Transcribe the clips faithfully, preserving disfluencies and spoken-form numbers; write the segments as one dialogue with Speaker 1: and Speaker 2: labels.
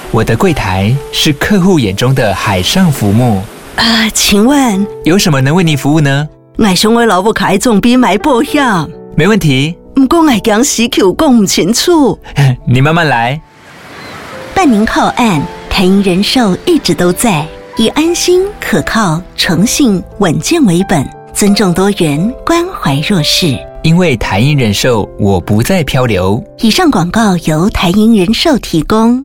Speaker 1: 我的柜台是客户眼中的海上浮木
Speaker 2: 啊、呃，请问
Speaker 1: 有什么能为您服务呢？
Speaker 2: 我想我老母开总比买保险，
Speaker 1: 没问题。
Speaker 2: 不过我讲时口讲不清楚，
Speaker 1: 你慢慢来。
Speaker 2: 办您靠岸，台银人寿一直都在，以安心、可靠、诚信、稳健为本，尊重多元，关怀弱势。
Speaker 1: 因为台银人寿，我不再漂流。
Speaker 2: 以上广告由台银人寿提供。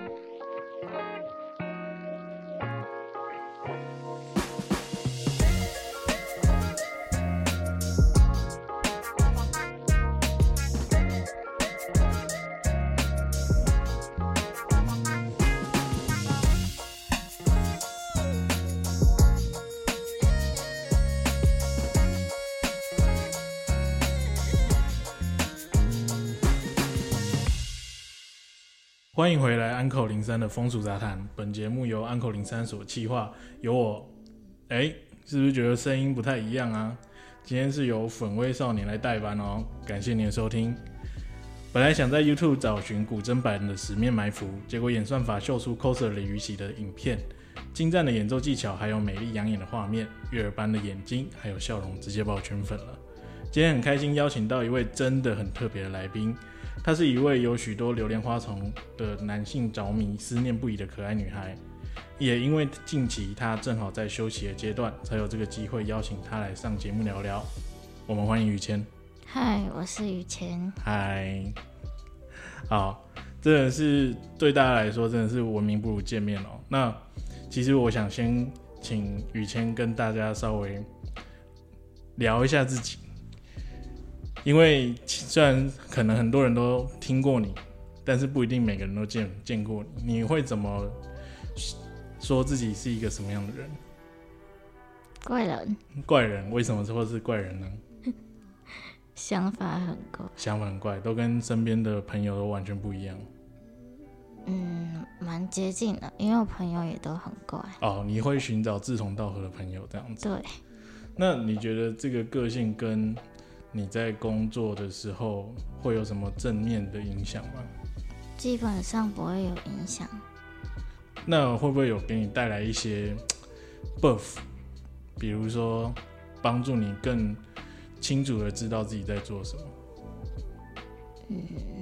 Speaker 3: 欢迎回来安口零三的风俗杂谈，本节目由安口零三所企划，由我，哎，是不是觉得声音不太一样啊？今天是由粉味少年来代班哦，感谢您的收听。本来想在 YouTube 找寻古筝版的十面埋伏，结果演算法秀出 coser 李宇喜的影片，精湛的演奏技巧，还有美丽养眼的画面，月儿般的眼睛，还有笑容，直接把我圈粉了。今天很开心邀请到一位真的很特别的来宾。她是一位有许多榴莲花丛的男性着迷、思念不已的可爱女孩，也因为近期她正好在休息的阶段，才有这个机会邀请她来上节目聊聊。我们欢迎于谦。
Speaker 4: 嗨，我是于谦。
Speaker 3: 嗨，好，真的是对大家来说真的是闻名不如见面哦。那其实我想先请于谦跟大家稍微聊一下自己。因为虽然可能很多人都听过你，但是不一定每个人都 见, 见过你。你会怎么说自己是一个什么样的人？
Speaker 4: 怪人。
Speaker 3: 怪人？为什么会是怪人呢？
Speaker 4: 想法很怪。
Speaker 3: 想法很怪，都跟身边的朋友都完全不一样。
Speaker 4: 嗯，蛮接近的，因为我朋友也都很怪。
Speaker 3: 哦，你会寻找志同道合的朋友这样子。
Speaker 4: 对。
Speaker 3: 那你觉得这个个性跟你在工作的时候会有什么正面的影响吗？
Speaker 4: 基本上不会有影响。
Speaker 3: 那会不会有给你带来一些 buff， 比如说帮助你更清楚的知道自己在做什么？
Speaker 4: 嗯，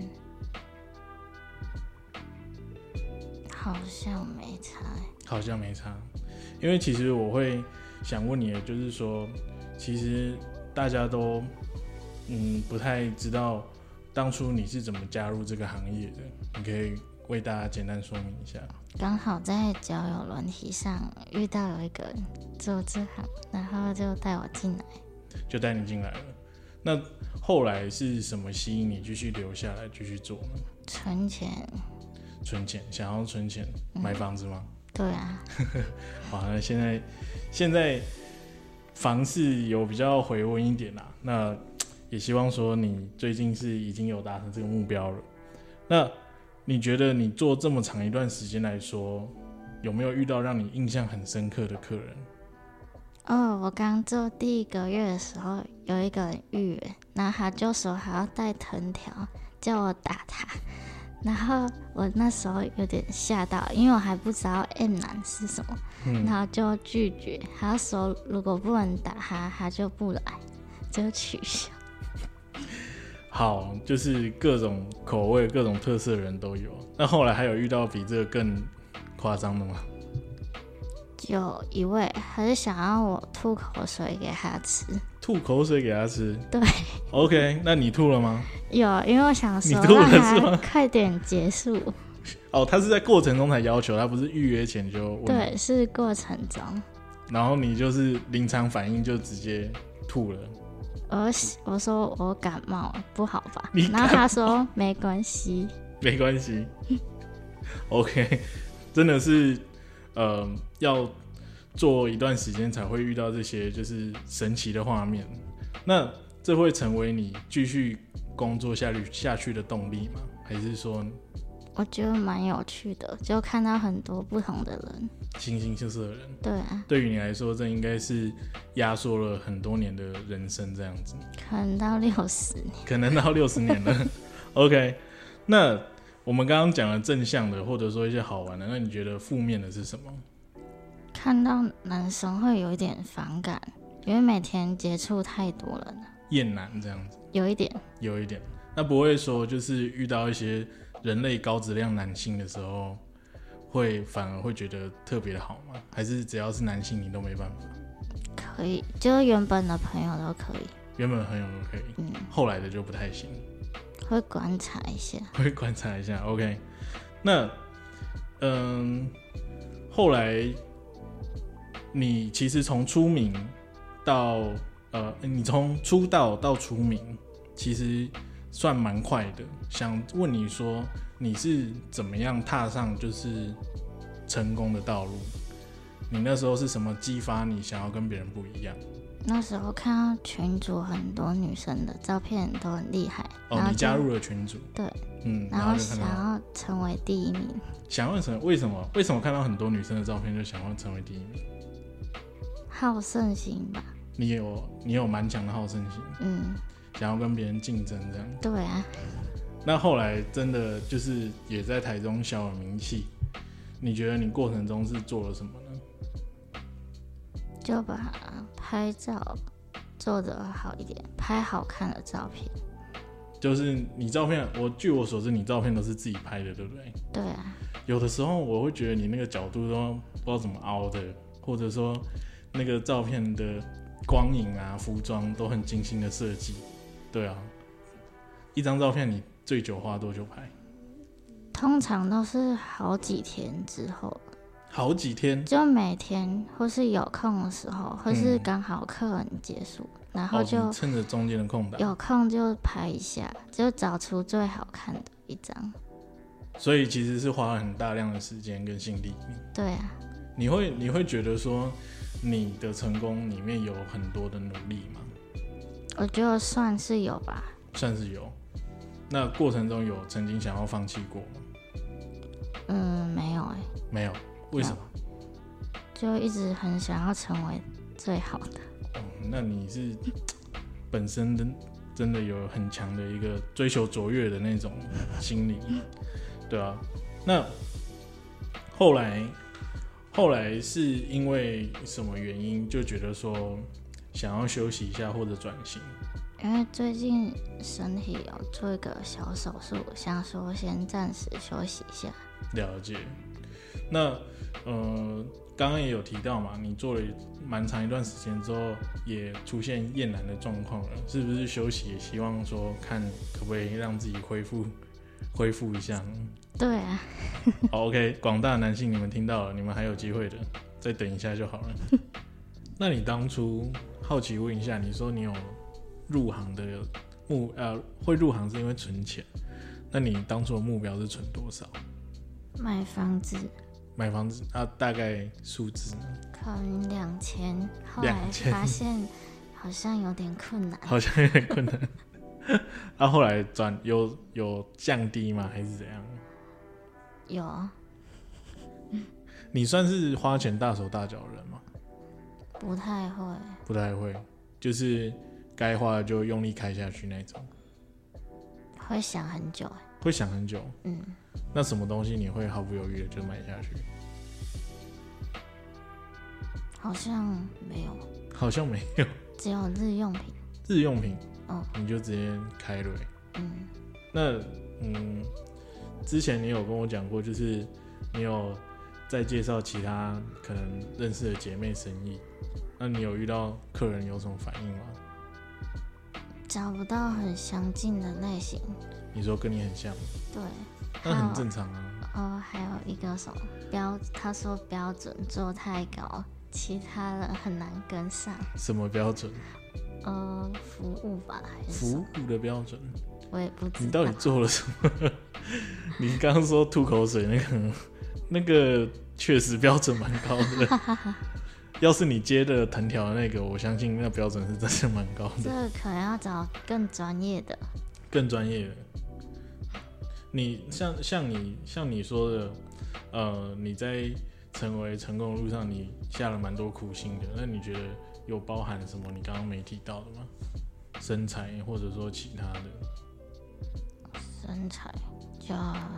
Speaker 4: 好像没差。
Speaker 3: 好像没差，因为其实我会想问你的就是说，其实大家都嗯，不太知道当初你是怎么加入这个行业的，你可以为大家简单说明一下。
Speaker 4: 刚好在交友软体上遇到有一个人做这行，然后就带我进来，
Speaker 3: 就带你进来了。那后来是什么吸引你继续留下来继续做呢？
Speaker 4: 存钱。
Speaker 3: 存钱，想要存钱、嗯、买房子吗？
Speaker 4: 对啊。
Speaker 3: 好，那现在现在房市有比较回温一点啦，那也希望说你最近是已经有达成这个目标了。那你觉得你做这么长一段时间来说，有没有遇到让你印象很深刻的客人？
Speaker 4: 哦，我刚做第一个月的时候，有一个人预约，然后他就说还要带藤条，叫我打他。然后我那时候有点吓到，因为我还不知道 M 男是什么、嗯、然后就拒绝。他说如果不能打他，他就不来，就取消。
Speaker 3: 好，就是各种口味、各种特色的人都有。那后来还有遇到比这个更夸张的吗？
Speaker 4: 有一位，他是想要我吐口水给他吃。
Speaker 3: 吐口水给他吃？
Speaker 4: 对。
Speaker 3: OK， 那你吐了吗？
Speaker 4: 有，因为我想说
Speaker 3: 你吐了是吗？
Speaker 4: 让他快点结束。
Speaker 3: 哦，他是在过程中才要求，他不是预约前就问。
Speaker 4: 对，是过程中。
Speaker 3: 然后你就是临场反应就直接吐了。
Speaker 4: 我我说我感冒了，不好吧？然后他说没关系，
Speaker 3: 没关系。OK， 真的是呃要做一段时间才会遇到这些就是神奇的画面。那这会成为你继续工作下去下去的动力吗？还是说？
Speaker 4: 我觉得蛮有趣的，就看到很多不同的人，
Speaker 3: 形形色色的人。
Speaker 4: 对啊，
Speaker 3: 对于你来说，这应该是压缩了很多年的人生，这样子。
Speaker 4: 可能到六十年，
Speaker 3: 可能到六十年了。OK， 那我们刚刚讲了正向的，或者说一些好玩的，那你觉得负面的是什么？
Speaker 4: 看到男生会有一点反感，因为每天接触太多人了，
Speaker 3: 厌男这样子，
Speaker 4: 有一点，
Speaker 3: 有一点。那不会说就是遇到一些人类高质量男性的时候，会反而会觉得特别的好吗？还是只要是男性你都没办法？
Speaker 4: 可以，就是原本的朋友都可以，
Speaker 3: 原本的朋友都可以，嗯，后来的就不太行。
Speaker 4: 会观察一下，
Speaker 3: 会观察一下 ，OK。那，嗯，后来你其实从出名到呃，你从出道到出名，其实算蛮快的。想问你说，你是怎么样踏上就是成功的道路？你那时候是什么激发你想要跟别人不一样？
Speaker 4: 那时候看到群组很多女生的照片都很厉害，
Speaker 3: 哦，你加入了群组，
Speaker 4: 对，
Speaker 3: 嗯，
Speaker 4: 然后想要成为第一名。
Speaker 3: 想要成为为什么？为什么看到很多女生的照片就想要成为第一名？
Speaker 4: 好胜心吧。
Speaker 3: 你有你有蛮强的好胜心，
Speaker 4: 嗯，
Speaker 3: 想要跟别人竞争这样。
Speaker 4: 对啊。
Speaker 3: 那后来真的就是也在台中小有名气，你觉得你过程中是做了什么呢？
Speaker 4: 就把拍照做得好一点，拍好看的照片。
Speaker 3: 就是你照片，我据我所知，你照片都是自己拍的，对不对？
Speaker 4: 对啊。
Speaker 3: 有的时候我会觉得你那个角度都不知道怎么凹的，或者说那个照片的光影啊、服装都很精心的设计。对啊，一张照片你最久花多久拍？
Speaker 4: 通常都是好几天之后。
Speaker 3: 好几天，
Speaker 4: 就每天或是有空的时候，或是刚好课程结束，嗯、然后就、
Speaker 3: 哦、趁着中间的空档，
Speaker 4: 有空就拍一下，就找出最好看的一张。
Speaker 3: 所以其实是花了很大量的时间跟心力。
Speaker 4: 对啊。
Speaker 3: 你会你会觉得说你的成功里面有很多的努力吗？
Speaker 4: 我觉得算是有吧。
Speaker 3: 算是有。那过程中有曾经想要放弃过吗？
Speaker 4: 嗯，没有哎、欸。
Speaker 3: 没有。为什么？
Speaker 4: 就一直很想要成为最好的。
Speaker 3: 哦，那你是本身的真的有很强的一个追求卓越的那种心理，对啊。那后来后来是因为什么原因就觉得说想要休息一下或者转型？
Speaker 4: 因为最近身体有做一个小手术，想说先暂时休息一下。
Speaker 3: 了解。那呃，刚刚也有提到嘛，你做了蛮长一段时间之后，也出现厌男的状况了，是不是休息也希望说看可不可以让自己恢复恢复一下呢？
Speaker 4: 对啊。
Speaker 3: 好 ，OK， 广大男性你们听到了，你们还有机会的，再等一下就好了。那你当初好奇问一下，你说你有入行的目呃会入行是因为存钱，那你当初的目标是存多少？
Speaker 4: 买房子。
Speaker 3: 买房子啊，大概数字呢？
Speaker 4: 可能两千，后来发现好像有点困难，
Speaker 3: 好像有点困难。啊，后来转有有降低吗？还是怎样？
Speaker 4: 有。
Speaker 3: 你算是花钱大手大脚的人吗？
Speaker 4: 不太会。
Speaker 3: 不太会，就是该花的就用力开下去那种。
Speaker 4: 会想很久。
Speaker 3: 会想很久。
Speaker 4: 嗯。
Speaker 3: 那什么东西你会毫不犹豫的就买下去？
Speaker 4: 好像没有。
Speaker 3: 好像没有。
Speaker 4: 只有日用品。
Speaker 3: 日用品。
Speaker 4: 哦。
Speaker 3: 你就直接开了。
Speaker 4: 嗯。
Speaker 3: 那嗯，之前你有跟我讲过，就是你有在介绍其他可能认识的姐妹生意，那你有遇到客人有什么反应吗？
Speaker 4: 找不到很相近的类型。
Speaker 3: 你说跟你很像？
Speaker 4: 对。
Speaker 3: 那很正常啊。
Speaker 4: 哦，还有一个什么标，他说标准做太高，其他人很难跟上。什
Speaker 3: 么标准？
Speaker 4: 呃，服务吧，还是
Speaker 3: 服务的标准？
Speaker 4: 我也不知道。
Speaker 3: 你到底做了什么？你刚刚说吐口水那个，那个确实标准蛮高的。要是你接的藤条的那个，我相信那标准是真的蛮高的。
Speaker 4: 这个可能要找更专业的。
Speaker 3: 更专业的。你像像你像你说的，呃，你在成为成功的路上，你下了蛮多苦心的。那你觉得有包含什么你刚刚没提到的吗？身材或者说其他的？
Speaker 4: 身材就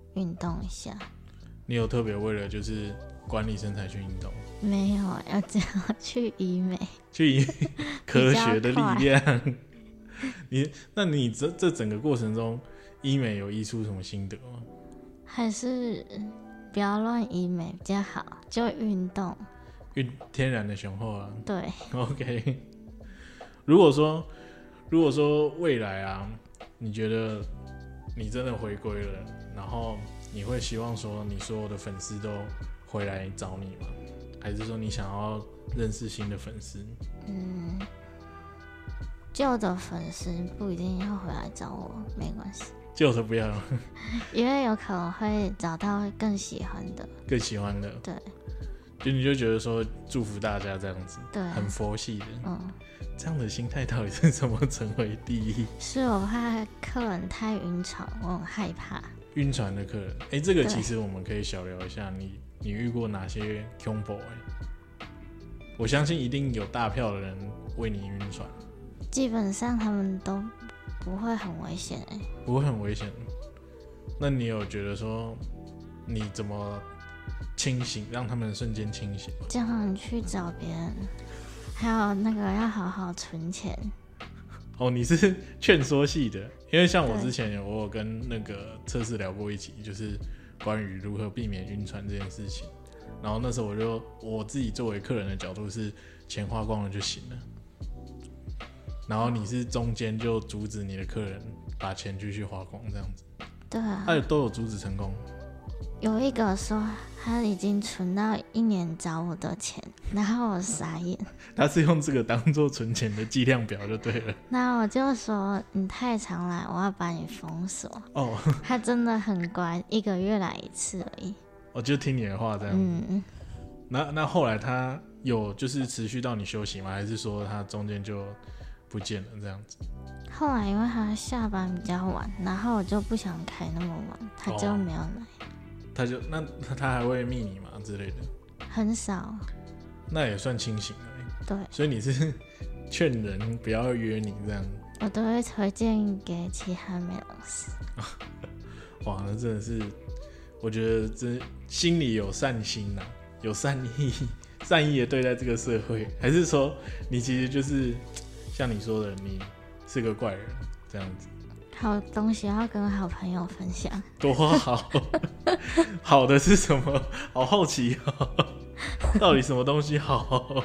Speaker 4: 运动一下。
Speaker 3: 你有特别为了就是管理身材去运动？
Speaker 4: 没有，要这样去医美，
Speaker 3: 去以科学的力量。你那你这这整个过程中，医美有医出什么心得吗？
Speaker 4: 还是不要乱医美比较好，就运动，
Speaker 3: 运天然的雄厚啊。
Speaker 4: 对
Speaker 3: ，OK。如果说如果说未来啊，你觉得你真的回归了，然后你会希望说你所有的粉丝都回来找你吗？还是说你想要认识新的粉丝？
Speaker 4: 嗯，旧的粉丝不一定要回来找我，没关系。
Speaker 3: 旧的不要，
Speaker 4: 因为有可能会找到更喜欢的，
Speaker 3: 更喜欢的。
Speaker 4: 对，
Speaker 3: 就你就觉得说祝福大家这样子，
Speaker 4: 对，
Speaker 3: 很佛系的。
Speaker 4: 嗯，
Speaker 3: 这样的心态到底是怎么成为第一？
Speaker 4: 是我怕客人太晕船，我很害怕。
Speaker 3: 晕船的客人，哎、欸，这个其实我们可以小聊一下，你你遇过哪些 combo？ 哎，我相信一定有大票的人为你晕船。
Speaker 4: 基本上他们都不会很危险，哎，
Speaker 3: 不会很危险。那你有觉得说你怎么清醒，让他们瞬间清醒？
Speaker 4: 叫他们去找别人，还有那个要好好存钱。
Speaker 3: 哦，你是劝说系的，因为像我之前有我有跟那个测试聊过一集，就是关于如何避免晕船这件事情。然后那时候我就我自己作为客人的角度是钱花光了就行了，然后你是中间就阻止你的客人把钱继续花光这样子。
Speaker 4: 对啊，
Speaker 3: 他都有阻止成功。
Speaker 4: 有一个说他已经存到一年找我的钱，然后我傻眼。
Speaker 3: 他是用这个当做存钱的计量表就对了。
Speaker 4: 那我就说你太常来，我要把你封锁。
Speaker 3: 哦，
Speaker 4: 他真的很乖，一个月来一次而已。
Speaker 3: 我就听你的话这样子。
Speaker 4: 嗯，
Speaker 3: 那那后来他有就是持续到你休息吗？还是说他中间就不见了这样子？
Speaker 4: 后来因为他下班比较晚，然后我就不想开那么晚，他就没有来。哦，
Speaker 3: 他就那他还会密你吗之类的？很
Speaker 4: 少。
Speaker 3: 那也算清醒了。
Speaker 4: 对，
Speaker 3: 所以你是劝人不要约你这样？
Speaker 4: 我都会推荐给其他美容师。
Speaker 3: 哇，那真的是，我觉得这心里有善心呐、啊，有善意，善意的对待这个社会，还是说你其实就是像你说的，你是个怪人这样子？
Speaker 4: 好东西要跟好朋友分享，
Speaker 3: 多好！好的是什么？好好奇哦，到底什么东西好？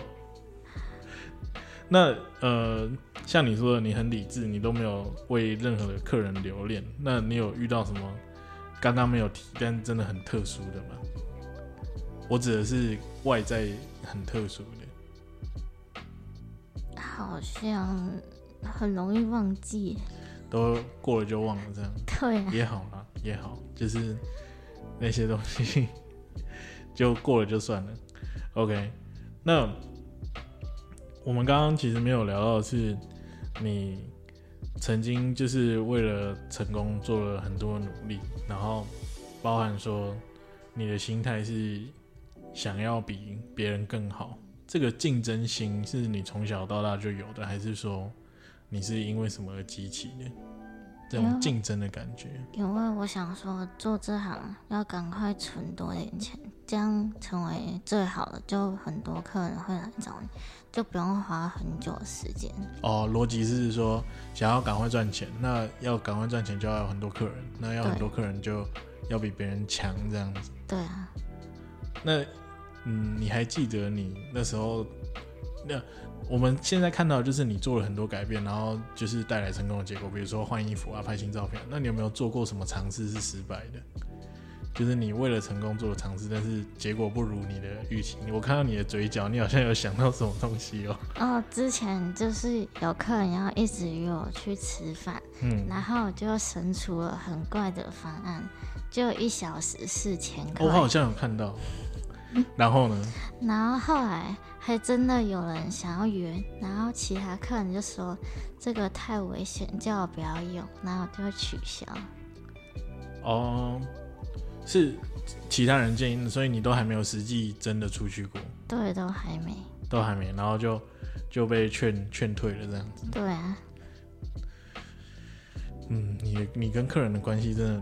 Speaker 3: 那呃，像你说的，你很理智，你都没有为任何的客人留恋。那你有遇到什么刚刚没有提，但真的很特殊的吗？我指的是外在很特殊的，
Speaker 4: 好像很容易忘记。
Speaker 3: 都过了就忘了，这样
Speaker 4: 对啊，
Speaker 3: 也好啦，也好，就是那些东西就过了就算了。OK， 那我们刚刚其实没有聊到的是，你曾经就是为了成功做了很多努力，然后包含说你的心态是想要比别人更好，这个竞争心是你从小到大就有的，还是说你是因为什么而激起的这种竞争的感觉？
Speaker 4: 因为我想说做这行要赶快存多点钱，这样成为最好的，就很多客人会来找你，就不用花很久的时间。哦，
Speaker 3: 逻辑是说想要赶快赚钱，那要赶快赚钱就要有很多客人，那要很多客人就要比别人强这样子。
Speaker 4: 对啊。
Speaker 3: 那嗯，你还记得你那时候那？我们现在看到的就是你做了很多改变，然后就是带来成功的结果，比如说换衣服啊、拍新照片。那你有没有做过什么尝试是失败的？就是你为了成功做了尝试，但是结果不如你的预期。我看到你的嘴角，你好像有想到什么东西哦。
Speaker 4: 哦，之前就是有客人要一直约我去吃饭，嗯，然后我就生出了很怪的方案，就一小时四千块。
Speaker 3: 我好像有看到。然后呢？
Speaker 4: 然后后来还真的有人想要约，然后其他客人就说这个太危险，叫我不要用，然后我就取消。
Speaker 3: 哦，是其他人建议的，所以你都还没有实际真的出去过？
Speaker 4: 对，都还没，
Speaker 3: 都还没，然后就就被劝劝退了这样子。
Speaker 4: 对啊。
Speaker 3: 嗯，你你跟客人的关系真的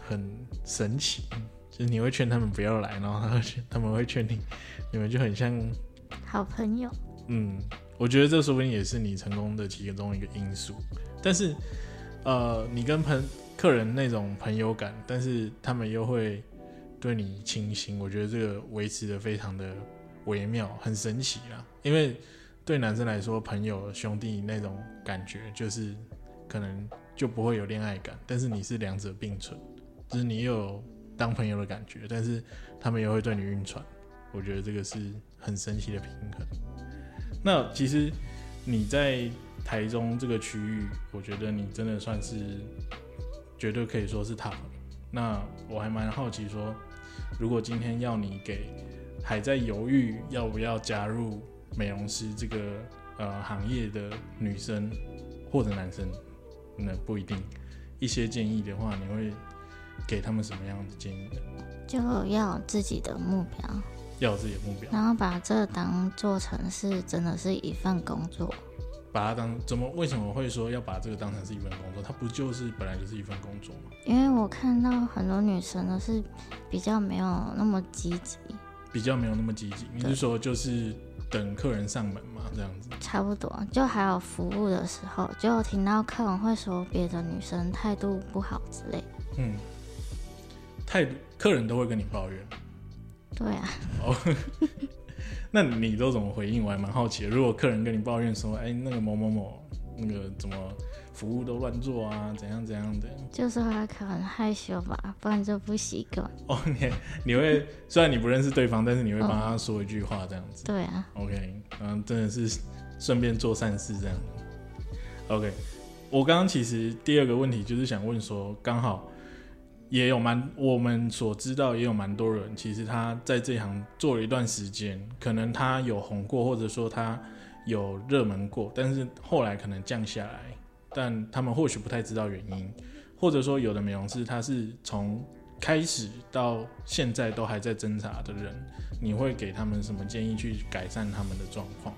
Speaker 3: 很神奇，就是你会劝他们不要来，然后他会他们会劝你，你们就很像
Speaker 4: 好朋友。
Speaker 3: 嗯，我觉得这说不定也是你成功的其中一个因素。但是，呃，你跟朋客人那种朋友感，但是他们又会对你倾心，我觉得这个维持的非常的微妙，很神奇啦。因为对男生来说，朋友兄弟那种感觉，就是可能就不会有恋爱感，但是你是两者并存，就是你有当朋友的感觉，但是他们又会对你晕船。我觉得这个是很神奇的平衡。那其实你在台中这个区域，我觉得你真的算是绝对可以说是 top。那我还蛮好奇说，如果今天要你给还在犹豫要不要加入美容师这个呃行业的女生或者男生，那不一定，一些建议的话，你会给他们什么样的建议呢？
Speaker 4: 就要有自己的目标，
Speaker 3: 要有自己的目标，
Speaker 4: 然后把这当做成是真的是一份工作。
Speaker 3: 把它当怎么？为什么会说要把这个当成是一份工作？它不就是本来就是一份工作吗？
Speaker 4: 因为我看到很多女生都是比较没有那么积极，
Speaker 3: 比较没有那么积极。你是说就是等客人上门嘛，这样子？
Speaker 4: 差不多。就还有服务的时候，就听到客人会说别的女生态度不好之类的。
Speaker 3: 嗯，态度，客人都会跟你抱怨。
Speaker 4: 对啊。
Speaker 3: 哦，那你都怎么回应？我还蛮好奇的。如果客人跟你抱怨说，哎，那个某某某，那个怎么服务都乱做啊，怎样怎样的，
Speaker 4: 就说他可能害羞吧，不然就不习惯。
Speaker 3: 哦，你你会虽然你不认识对方，但是你会帮他说一句话这样子。
Speaker 4: 哦、对啊。
Speaker 3: OK， 嗯，真的是顺便做善事这样。OK， 我刚刚其实第二个问题就是想问说，刚好也有蛮我们所知道也有蛮多人，其实他在这一行做了一段时间，可能他有红过，或者说他有热门过，但是后来可能降下来，但他们或许不太知道原因，或者说有的美容师他是从开始到现在都还在挣扎的人，你会给他们什么建议去改善他们的状况？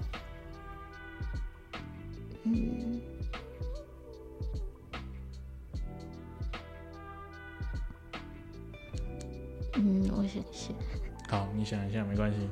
Speaker 4: 嗯，嗯，我想想。
Speaker 3: 好，你想一下，没关系。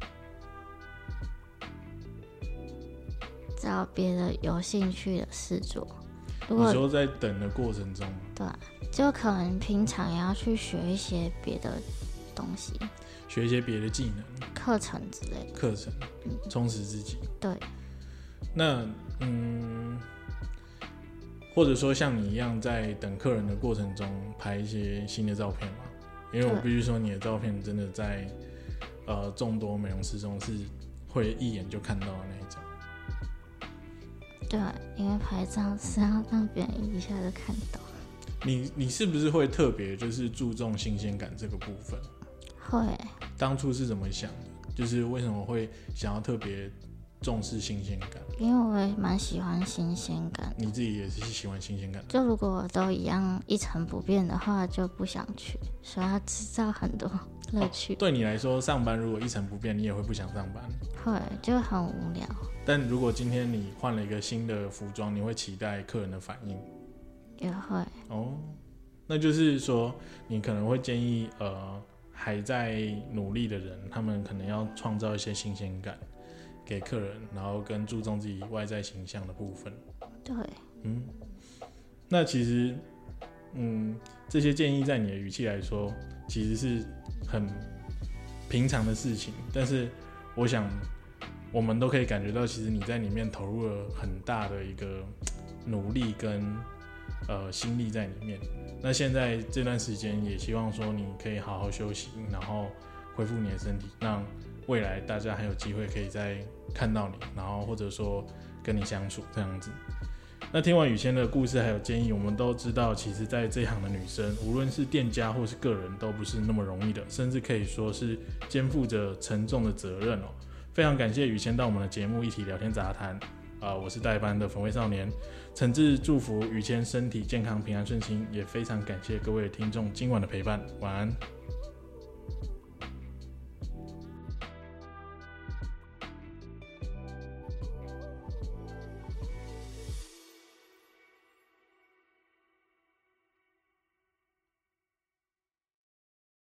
Speaker 4: 找别的有兴趣的事做。如果
Speaker 3: 你说在等的过程中，
Speaker 4: 对啊，就可能平常也要去学一些别的东西，
Speaker 3: 学一些别的技能、
Speaker 4: 课程之类的
Speaker 3: 课程，充实自己。
Speaker 4: 对。
Speaker 3: 那嗯，或者说像你一样，在等客人的过程中拍一些新的照片嘛？因为我必须说，你的照片真的在呃众多美容师中是会一眼就看到的那一种。
Speaker 4: 对，因为拍照是要让别人一下就看到。
Speaker 3: 你你是不是会特别就是注重新鲜感这个部分？
Speaker 4: 会。
Speaker 3: 当初是怎么想的？就是为什么会想要特别重视新鲜感？
Speaker 4: 因为我也蛮喜欢新鲜感。
Speaker 3: 你自己也是喜欢新鲜感的？
Speaker 4: 就如果都一样一成不变的话，就不想去，所以要制造很多乐趣。
Speaker 3: 哦，对你来说，上班如果一成不变，你也会不想上班？
Speaker 4: 会，就很无聊。
Speaker 3: 但如果今天你换了一个新的服装，你会期待客人的反应？
Speaker 4: 也会。
Speaker 3: 哦，那就是说，你可能会建议呃还在努力的人，他们可能要创造一些新鲜感给客人，然后跟注重自己外在形象的部分。
Speaker 4: 对。
Speaker 3: 嗯，那其实，嗯，这些建议在你的语气来说，其实是很平常的事情，但是我想我们都可以感觉到，其实你在里面投入了很大的一个努力跟呃心力在里面。那现在这段时间也希望说你可以好好休息，然后恢复你的身体，让未来大家还有机会可以再看到你，然后或者说跟你相处这样子。那听完宇谦的故事还有建议，我们都知道其实在这一行的女生，无论是店家或是个人，都不是那么容易的，甚至可以说是肩负着沉重的责任哦。非常感谢宇谦到我们的节目一起聊天杂谈，呃，我是代班的粉味少年，诚挚祝福宇谦身体健康平安顺心，也非常感谢各位听众今晚的陪伴，晚安。